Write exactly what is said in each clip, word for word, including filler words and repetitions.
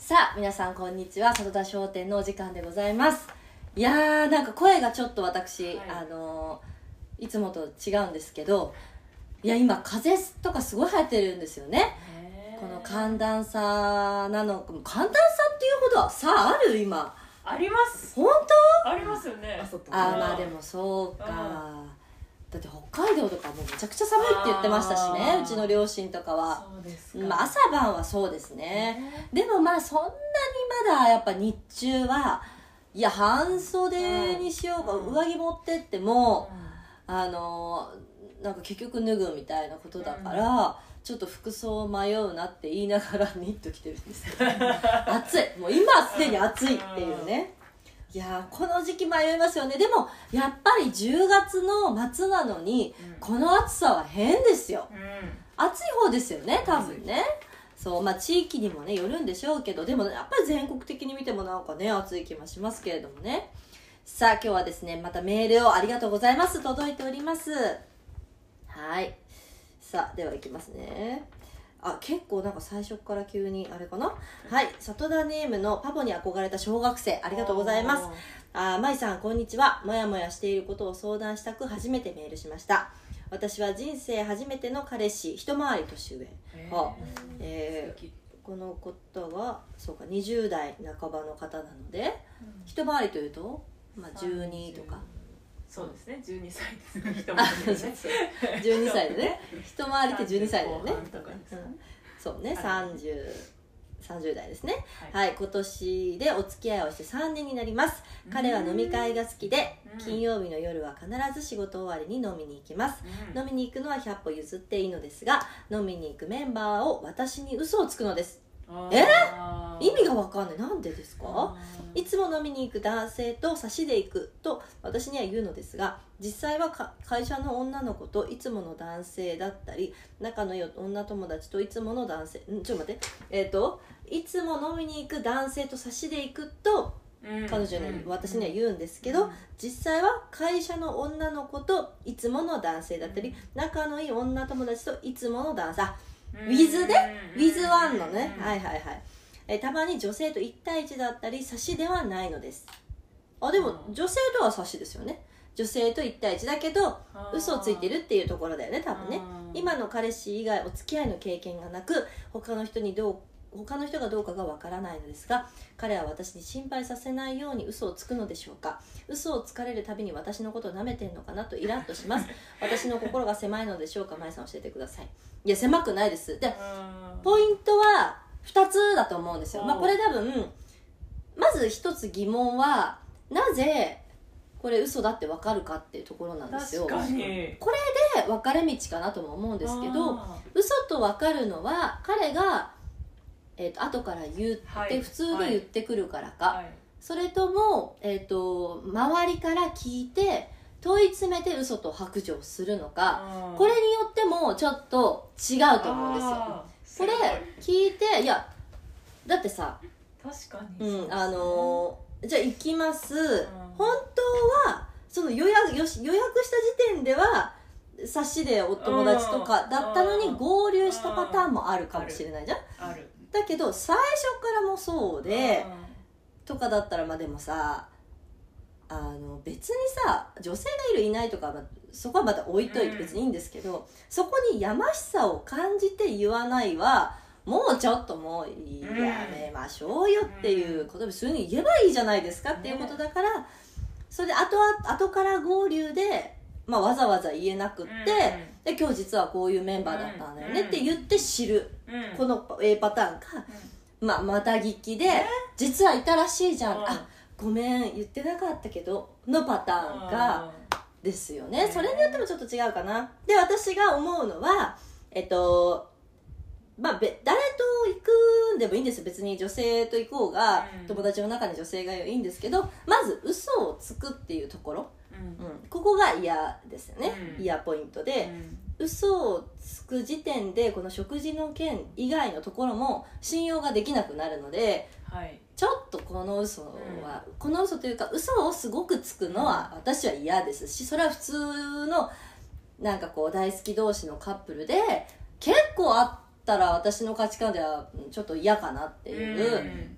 さあ皆さんこんにちは、里田商店のお時間でございます。いやーなんか声がちょっと私、はい、あのー、いつもと違うんですけど、いや今風邪とかすごい流行ってるんですよね。この寒暖差なのか、寒暖差っていうほどは差ある？今あります。 本当？ ありますよね。 ああまあでもそうか、だって北海道とかもうめちゃくちゃ寒いって言ってましたしね、うちの両親とかは。 そうですか。 まあ、朝晩はそうですね、でもまあそんなにまだやっぱ日中はいや半袖にしようか、うん、上着持ってっても、うん、あのなんか結局脱ぐみたいなことだから、うん、ちょっと服装迷うなって言いながらニット着てるんですけど暑い、もう今すでに暑いっていうね。いやこの時期迷いますよね。でもやっぱりじゅうがつの末なのに、うん、この暑さは変ですよ、うん、暑い方ですよね多分ね、うん、そうまあ地域にもねよるんでしょうけど、でもやっぱり全国的に見てもなんかね暑い気もしますけれどもね。さあ今日はですねまたメールをありがとうございます届いております。はい、さあでは行きますね。あ、結構なんか最初から急にあれかな。はい、里田ネームのパポに憧れた小学生、ありがとうございます。あ、まいさんこんにちは。もやもやしていることを相談したく初めてメールしました。私は人生初めての彼氏、一回り年上、はえー、この方はそうかにじゅう代半ばの方なので、うん、一回りというと、まあ、じゅうにとか。 そうですね、じゅうにさいですね。一回りねじゅうにさいでね、一回りってじゅうにさいだよね。そうね、さんじゅう、さんじゅう代ですね、はい、はい、今年でお付き合いをしてさんねんになります。彼は飲み会が好きで、金曜日の夜は必ず仕事終わりに飲みに行きます。飲みに行くのはひゃっぽ譲っていいのですが、飲みに行くメンバーを私に嘘をつくのです。え意味が分かんない。なんでですか？いつも飲みに行く男性と差しで行くと私には言うのですが、実際はか会社の女の子といつもの男性だったり、仲の良い女友達といつもの男性んちょっと待ってえっ、ー、といつも飲みに行く男性と差しで行くと彼女には、うん、私には言うんですけど、うん、実際は会社の女の子といつもの男性だったり、仲のいい女友達といつもの男性、ウィズでウィズワンのね、はいはいはい、えたまに女性といち対いちだったり差しではないのです。あでも女性とは差しですよね。女性といち対いちだけど嘘をついてるっていうところだよね多分ね。今の彼氏以外お付き合いの経験がなく、他の人にどう他の人がどうかがわからないのですが、彼は私に心配させないように嘘をつくのでしょうか。嘘をつかれるたびに私のことを舐めてんのかなとイラッとします。私の心が狭いのでしょうか。まいさん教えてください。いや狭くないです。でポイントはふたつだと思うんですよ。まあこれ多分まずひとつ疑問は、なぜこれ嘘だって分かるかっていうところなんですよ。 確かにこれで分かれ道かなとも思うんですけど、嘘と分かるのは彼がえー、と後から言って、はい、普通に言ってくるからか、はい、それとも、えー、と周りから聞いて問い詰めて嘘と白状するのか、これによってもちょっと違うと思うんですよ。これ聞いて、いやだってさ確かに、 うん、あのー、じゃあ行きます、うん、本当はその予約、よし予約した時点では差しでお友達とかだったのに合流したパターンもあるかもしれないじゃん。 あるだけど最初からもそうでとかだったら、まあでもさあの別にさ女性がいるいないとか、まあ、そこはまた置いといて別にいいんですけど、うん、そこにやましさを感じて言わないはもうちょっともうやめましょうよっていうことで、そういうふうに言えばいいじゃないですかっていうことだから、それで後は後から合流で、まあ、わざわざ言えなくって、で今日実はこういうメンバーだったんだよねって言って知る、この A パターンか、まあ、また聞きで実はいたらしいじゃん、あごめん言ってなかったけどのパターンかですよね。それによってもちょっと違うかな。で私が思うのはえっとまあ、誰と行くんでもいいんですよ。別に女性と行こうが、うん、友達の中に女性がいいんですけど、まず嘘をつくっていうところ、うんうん、ここが嫌ですよね、うん、嫌ポイントで、うん、嘘をつく時点でこの食事の件以外のところも信用ができなくなるので、はい、ちょっとこの嘘は、うん、この嘘というか嘘をすごくつくのは私は嫌ですし、それは普通のなんかこう大好き同士のカップルで結構あったら私の価値観ではちょっと嫌かなっていう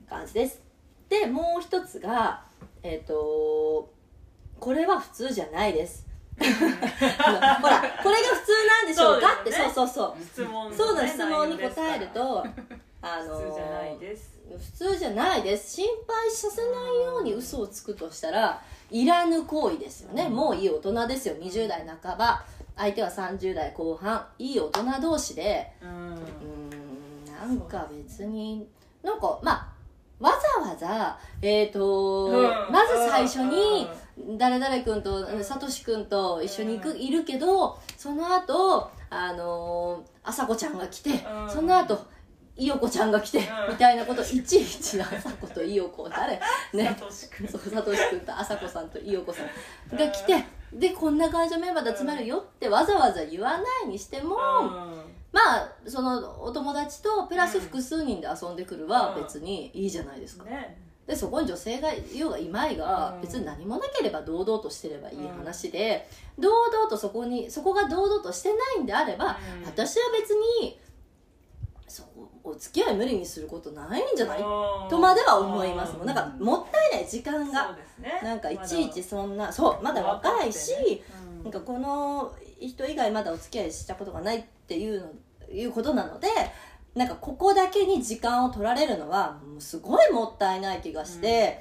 感じです。でもう一つがえっ、ー、とこれは普通じゃないですほらこれが普通なんでしょうかって、そうそうそう質問、ね、そうだ質問に答えるとあの普通じゃないです普通じゃないです。心配させないように嘘をつくとしたらいらぬ行為ですよね、うん、もういい大人ですよ。にじゅう代半ば、相手はさんじゅう代後半、いい大人同士で、うん、うーんなんか別になんかまあわざわざえっ、ー、と、うん、まず最初に誰々君とさとし君と一緒に行く、うん、いるけどその後あのあさこちゃんが来て、うん、その後いよこちゃんが来て、うん、みたいなこといちいちあさこといよこ誰ねさとし君とあさこさんといよこさんが来て、でこんな感じのメンバーで集まるよってわざわざ言わないにしても、うん、まあそのお友達とプラス複数人で遊んでくるは別にいいじゃないですか、うんね、でそこに女性がいようがいまいが別に何もなければ堂々としてればいい話で、うん、堂々とそこにそこが堂々としてないんであれば、うん、私は別にそうお付き合い無理にすることないんじゃないとまでは思います。もうなんかもったいない時間が、ね、なんかいちいちそんなそうまだ若いし、ねうん、なんかこの人以外まだお付き合いしたことがないっていうのいうことなので、なんかここだけに時間を取られるのはもうすごいもったいない気がして、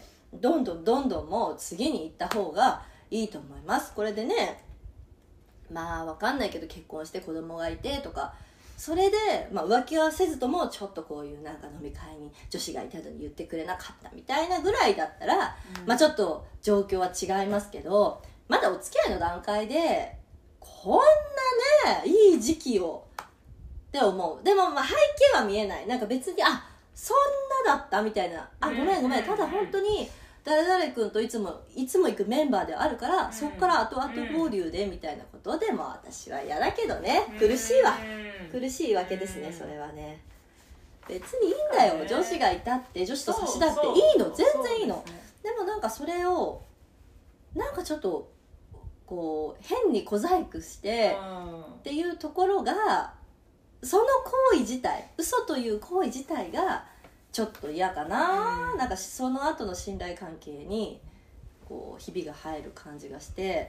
うん、どんどんどんどんもう次に行った方がいいと思います。これでね、まあわかんないけど結婚して子供がいてとか、それで、まあ、浮気はせずともちょっとこういうなんか飲み会に女子がいたのに言ってくれなかったみたいなぐらいだったら、うん、まあちょっと状況は違いますけど、まだお付き合いの段階でこんなねいい時期をって思う。でもまあ背景は見えない。なんか別にあそんなだったみたいな、あごめんごめん、ただ本当に誰々君といつもいつも行くメンバーであるから、うん、そっから後々合流でみたいなことでも私は嫌だけどね、苦しいわ、苦しいわけですね。それはね別にいいんだよ、女子がいたって女子と差しだっていいの、全然いいの。でもなんかそれをなんかちょっとこう変に小細工してっていうところが、その行為自体、嘘という行為自体がちょっと嫌かな、うん、なんかその後の信頼関係にこうひびが入る感じがして、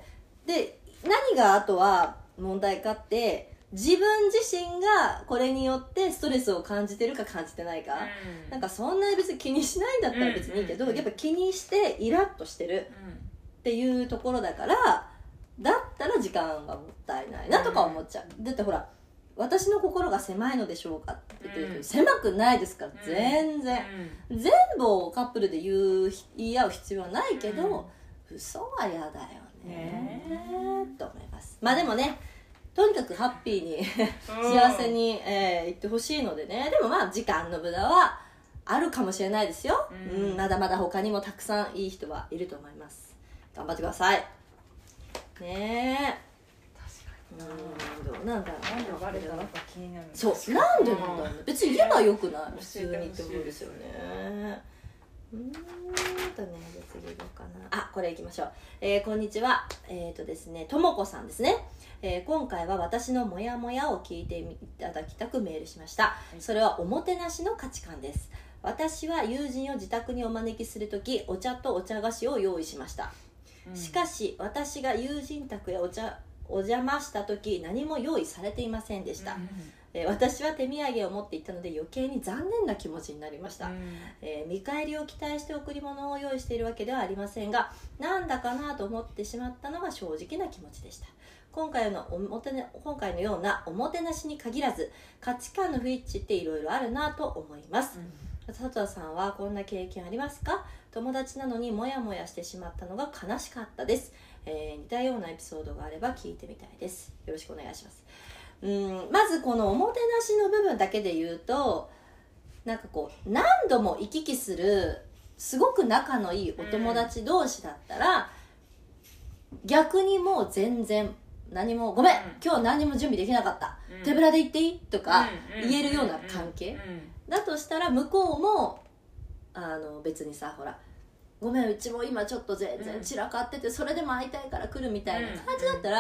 で何があとは問題かって自分自身がこれによってストレスを感じてるか感じてないか、うん、なんかそんなに別に気にしないんだったら別にいいけど、うんうんうん、やっぱ気にしてイラッとしてるっていうところだから、だったら時間がもったいないなとか思っちゃう。だってほら私の心が狭いのでしょうかって言ってるけど、うん、狭くないですから、全然、うん、全部をカップルで言う言い合う必要はないけど、うん、嘘は嫌だよね、ねと思います。まあでもね、とにかくハッピーに幸せに、えー、言ってほしいのでね。でもまあ時間の無駄はあるかもしれないですよ、うんうん、まだまだ他にもたくさんいい人はいると思います。頑張ってくださいねえ。うんどうなんだろう、なんでバレたのか気になる。そうなんでなんだろうね、別に言えばよくない、普通にって思うんですよね。うーんとね、じゃあ次どうかなあ、これいきましょう。えー、こんにちは。えっ、ー、とですね、ともこさんですね。えー、今回は私のモヤモヤを聞いていただきたくメールしました。それはおもてなしの価値観です。私は友人を自宅にお招きするとき、お茶とお茶菓子を用意しました。うん、しかし私が友人宅へお茶お邪魔した時、何も用意されていませんでした、うんえー、私は手土産を持っていたので余計に残念な気持ちになりました、うんえー、見返りを期待して贈り物を用意しているわけではありませんが、なんだかなと思ってしまったのが正直な気持ちでした。今回のおもてな今回のようなおもてなしに限らず、価値観の不一致っていろいろあるなと思います、うん、佐藤さんはこんな経験ありますか？友達なのにモヤモヤしてしまったのが悲しかったです。えー、似たようなエピソードがあれば聞いてみたいです。よろしくお願いします。うんまずこのおもてなしの部分だけで言うと、なんかこう何度も行き来するすごく仲のいいお友達同士だったら、うん、逆にもう全然何もごめん、うん、今日何も準備できなかった、うん、手ぶらで行っていいとか言えるような関係だとしたら、向こうもあの別にさ、ほらごめんうちも今ちょっと全然散らかっててそれでも会いたいから来るみたいな感じだったら、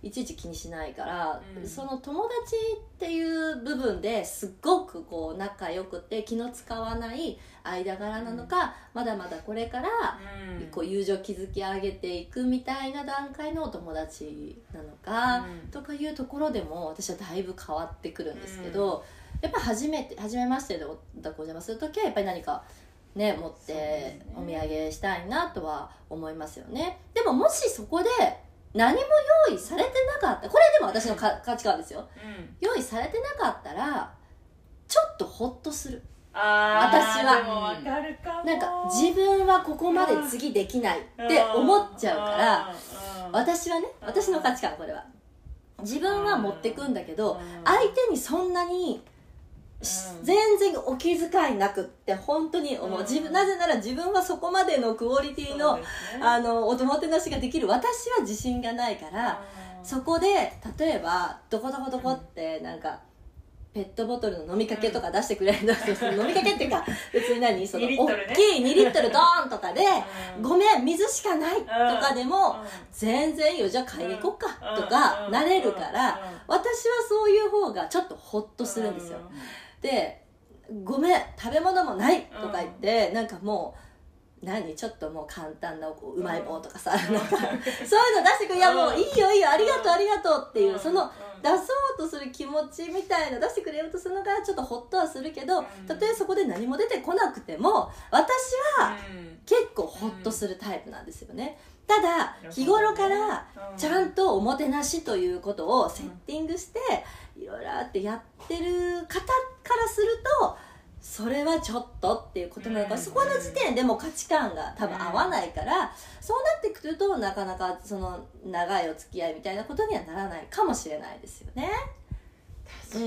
いちいち気にしないから、 うん、 その友達っていう部分ですっごくこう仲良くて気の使わない間柄なのか、うん、まだまだこれからこう友情を築き上げていくみたいな段階のお友達なのか、うん、とかいうところでも私はだいぶ変わってくるんですけど、うん、やっぱ初めて初めましてでお邪魔するときはやっぱり何かね持ってお土産したいなとは思いますよね。でももしそこで何も用意されてなかった、これでも私のか価値観ですよ、うん、用意されてなかったらちょっとホッとする。 あ私はでもわかるかも。 なんか自分はここまで次できないって思っちゃうから、私はね、私の価値観これは自分は持ってくんだけど相手にそんなに全然お気遣いなくって本当に思う。自分、なぜなら自分はそこまでのクオリティの、ね、あのおもてなしができる私は自信がないから、そこで例えばどこどこどこってなんかペットボトルの飲みかけとか出してくれるんだけど、飲みかけっていうか別に何その大きいにリットルドーンとかでごめん水しかないとかでも全然いいよ、じゃあ買いに行こっかとかなれるから、私はそういう方がちょっとホッとするんですよ。でごめん食べ物もないとか言って、なんかもう何ちょっともう簡単なうまい棒とかさ、なんかそういうの出してくる、いやもういいよいいよありがとうありがとうっていうその出そうとする気持ちみたいな出してくれようとするのがちょっとホッとはするけど、たとえそこで何も出てこなくても私は結構ホッとするタイプなんですよね。ただ日頃からちゃんとおもてなしということをセッティングしていろいろあってやってる方からするとそれはちょっとっていうことなのか、そこの時点でも価値観が多分合わないから、そうなってくるとなかなかその長いお付き合いみたいなことにはならないかもしれないですよね。うん、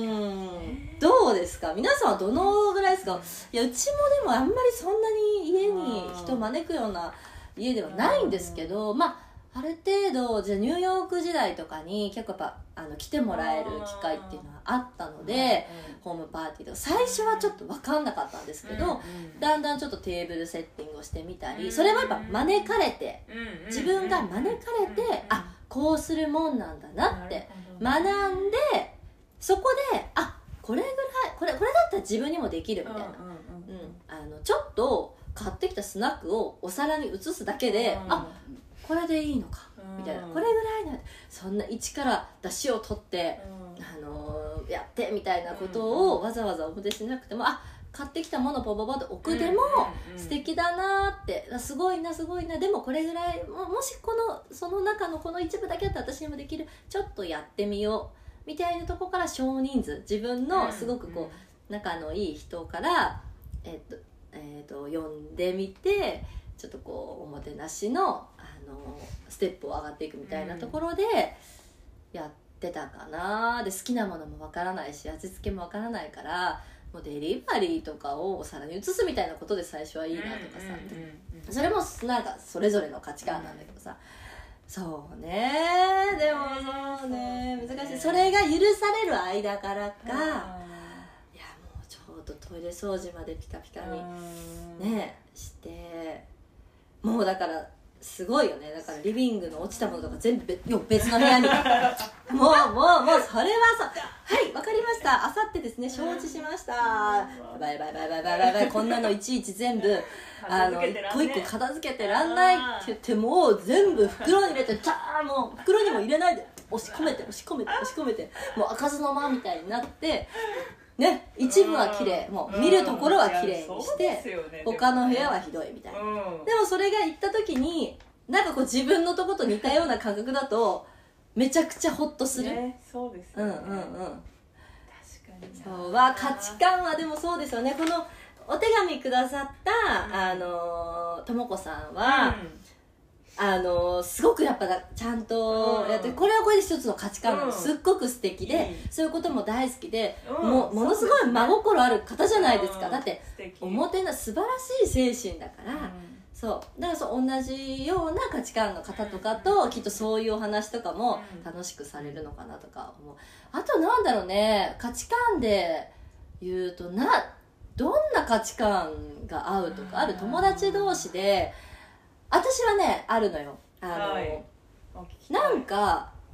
どうですか皆さんはどのぐらいですか。いやうちもでもあんまりそんなに家に人招くような家ではないんですけど、まあある程度じゃあニューヨーク時代とかに結構やっぱあの来てもらえる機会っていうのはあったので、ホームパーティーとか最初はちょっと分かんなかったんですけど、だんだんちょっとテーブルセッティングをしてみたり、それはやっぱ招かれて自分が招かれてあこうするもんなんだなって学んで、そこであこれぐらいこれこれだったら自分にもできるみたいな、うんあのちょっと買ってきたスナックをお皿に移すだけで、あこれでいいのかみたいな、これぐらいなそんな一から出汁を取って、あのー、やってみたいなことをわざわざおもてしなくても、あ買ってきたものをポポポと置くでも素敵だなって、すごいなすごいな、でもこれぐらい も, もしこのその中のこの一部だけだったら私にもできる、ちょっとやってみようみたいなとこから少人数自分のすごくこう仲のいい人からえっとえー、と呼んでみてちょっとこうおもてなしの、あのステップを上がっていくみたいなところでやってたかな。で好きなものもわからないし味付けもわからないからもうデリバリーとかをお皿に移すみたいなことで最初はいいなとかさ、それもなんかそれぞれの価値観なんだけどさ、そうねでもそうね難しい。それが許される間からかトイレ掃除までピカピカにねしてもうだからすごいよね。だからリビングの落ちたものとか全部別の部屋にもうもうもうそれはさはいわかりましたあさってですね承知しましたバイバイバイバイバイバイバイこんなのいちいち全部あの一個一個片付けてらんないって言ってもう全部袋に入れてザーもう袋にも入れないで押し込めて押し込めて押し込めてもう開かずの間みたいになってね、一部は綺麗、もう見るところは綺麗にして、ね、他の部屋はひどいみたいな、うん、でもそれが行った時になんかこう自分のとこと似たような感覚だとめちゃくちゃホッとする、ね、 そうですよね、うんうんうん、確かにそうは価値観はでもそうですよね。このお手紙くださった、うん、あのともこさんは、うんあのすごくやっぱちゃんとやって、うん、これはこれで一つの価値観なの、うん、すっごく素敵で、うん、そういうことも大好きで、うん、も, ものすごい真心ある方じゃないですか、うん、だっておもてな素晴らしい精神だから、うん、そうだからそう同じような価値観の方とかと、うん、きっとそういうお話とかも楽しくされるのかなとか思う。あとなんだろうね価値観で言うとなどんな価値観が合うとかある友達同士で私はねあるのよあの、はい、なんか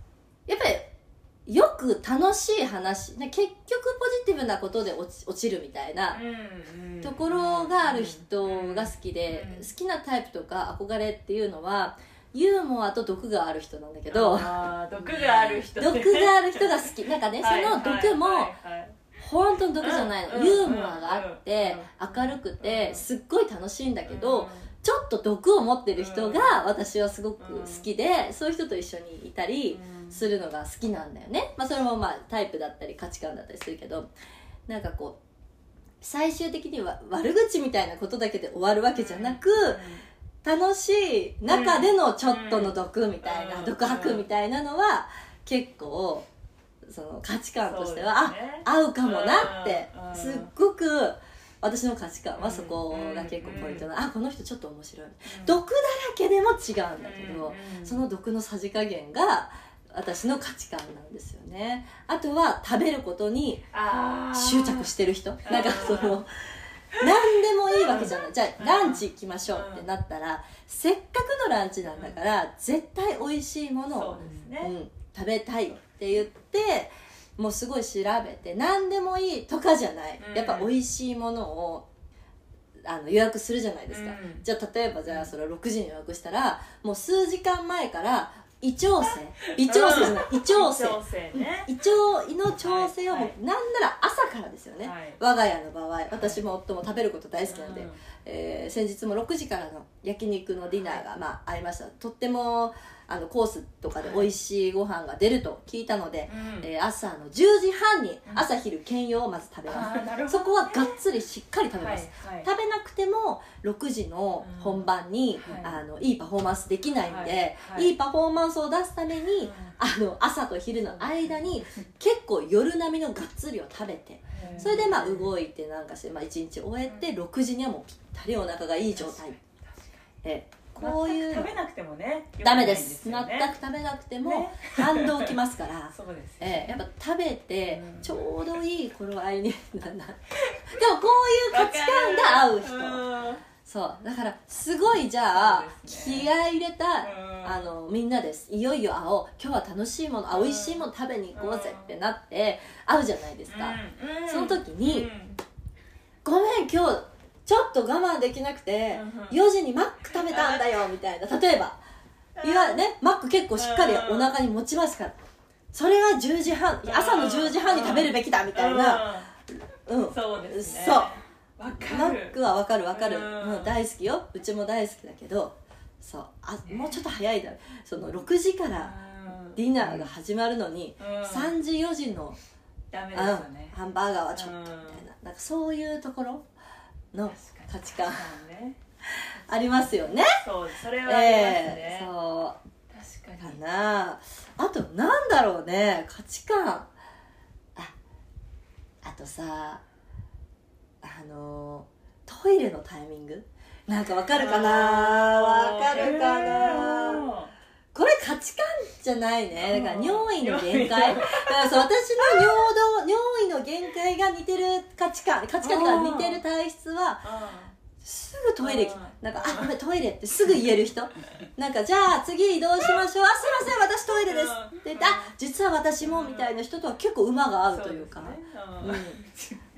やっぱりよく楽しい話、ね、結局ポジティブなことで落ち、落ちるみたいなところがある人が好きで、好きなタイプとか憧れっていうのはユーモアと毒がある人なんだけど、 あ毒がある人、ね、 毒がある人が好き。なんかね、その毒も本当に毒じゃないの、ユーモアがあって明るくてすっごい楽しいんだけど、ちょっと毒を持ってる人が私はすごく好きで、そういう人と一緒にいたりするのが好きなんだよね。まあそれもまあタイプだったり価値観だったりするけど、なんかこう最終的には悪口みたいなことだけで終わるわけじゃなく、楽しい中でのちょっとの毒みたいな、毒吐みたいなのは結構その価値観としては、ね、あ、合うかもなってすっごく私の価値観はそこが結構ポイントな、あ、この人ちょっと面白い、毒だらけでも違うんだけど、その毒のさじ加減が私の価値観なんですよね。あとは食べることに執着してる人、なんかその何でもいいわけじゃない。じゃあランチ行きましょうってなったら、せっかくのランチなんだから絶対美味しいものを、ね、うん、食べたいって言ってもうすごい調べて、何でもいいとかじゃない、やっぱ美味しいものをあの予約するじゃないですか、うん、じゃあ例えばじゃあそれろくじに予約したらもう数時間前から胃調整胃調整じゃない胃調整、ね、胃腸の調整をもう、はい、なんなら朝からですよね、はい、我が家の場合、私も夫も食べること大好きなんで、うん、えー、先日もろくじからの焼肉のディナーが、まあ、ありました。とってもあのコースとかで美味しいご飯が出ると聞いたので、うん、えー、朝のじゅうじはんに朝昼兼用をまず食べます、うん、そこはがっつりしっかり食べます、はいはい、食べなくてもろくじの本番に、うん、あのいいパフォーマンスできないんで、はいはい、いいパフォーマンスを出すために、うん、あの朝と昼の間に結構夜並みのがっつりを食べて、それでまあ動いてなんかして、まあ、いちにち終えてろくじにはもうぴったりお腹がいい状態、えこういう食べなくてもねダメです、全く食べなくても、ね、反動きますからそうです、 ね、えやっぱ食べてちょうどいい頃合いにななでもこういう価値観が合う人、そうだからすごいじゃあ、ね、気合い入れたあのみんなです、いよいよ会おう、今日は楽しいもの、あ美味しいもの食べに行こうぜってなって会うじゃないですか、うん、その時に、うん、ごめん今日ちょっと我慢できなくてよじにマック食べたんだよみたいな、例えばいや、ね、マック結構しっかりお腹に持ちますから、それはじゅうじはん、朝のじゅうじはんに食べるべきだみたいな、うん、 そうですね、 そうマックは分かる分かる、もう大好きよ、うちも大好きだけど、そうあもうちょっと早いだろ、そのろくじからディナーが始まるのにさんじよじのダメですよね、 ハンバーガーはちょっとみたいな、なんかそういうところの価値観ありますよね。 そう、それはありますね、 えー、そう確かにかな。あとなんだろうね、価値観、ああとさ、あのトイレのタイミングなんかわかるかな、わかるかな、えー、これ価値観じゃないね。だから尿意の限界、だからそう私の尿道尿意の限界が似てる価値観価値観が似てる体質はすぐトイレなんかあごめんトイレってすぐ言える人なんかじゃあ次移動しましょう、あすいません私トイレですって言ってあ実は私もみたいな人とは結構馬が合うというか、うん、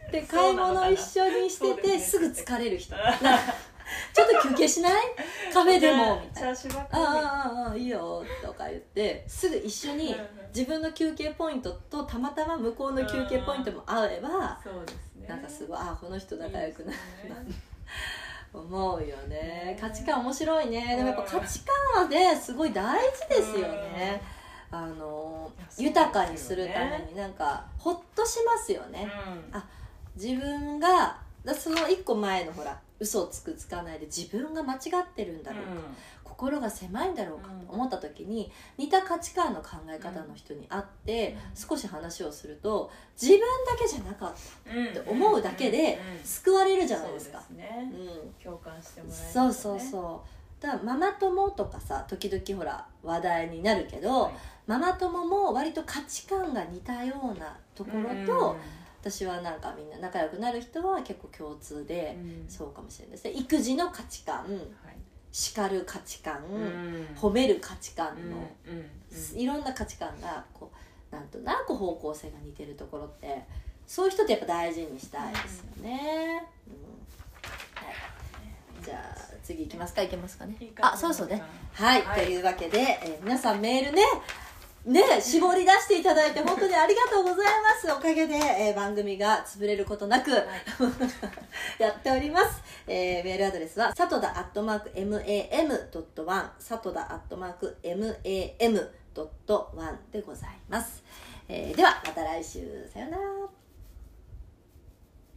で買い物一緒にしててすぐ疲れる人ちょっと休憩しないカフェでもみたいな、ああいいよとか言ってすぐ一緒に自分の休憩ポイントとたまたま向こうの休憩ポイントも合えば、 そうですね、 なんかすごいあこの人仲良くなるな思うよね。価値観面白いね。でもやっぱ価値観はねすごい大事ですよね。あの豊かにするためになんかホッとしますよね、うん、あ自分がだその一個前のほら嘘をつくつかないで自分が間違ってるんだろうか、うん、心が狭いんだろうかと思った時に似た価値観の考え方の人に会って少し話をすると自分だけじゃなかったって思うだけで救われるじゃないですか。 そうですね、うん、共感してもらえる、ね、 そうそうそうだからママ友とかさ時々ほら話題になるけど、はい、ママ友も割と価値観が似たようなところと、うん私はなんかみんな仲良くなる人は結構共通で、うん、そうかもしれないですね。育児の価値観、はい、 叱る価値観、 うん、 褒める価値観の、 うんうんうん、 いろんな価値観がこうなんとなく方向性が似てるところってそういう人ってやっぱ大事にしたいですよね、うんうん、はい、じゃあ次いきますか。いけますかね。あ、そうそうね。はい、はい、というわけで、えー、皆さんメールねね、絞り出していただいて本当にありがとうございます。おかげで、えー、番組が潰れることなく、はい、やっております、えー、メールアドレスはさとだアットマーク エムエーエムドットワン さとだアットマーク エムエーエムドットワン でございます、えー、ではまた来週、さようなら。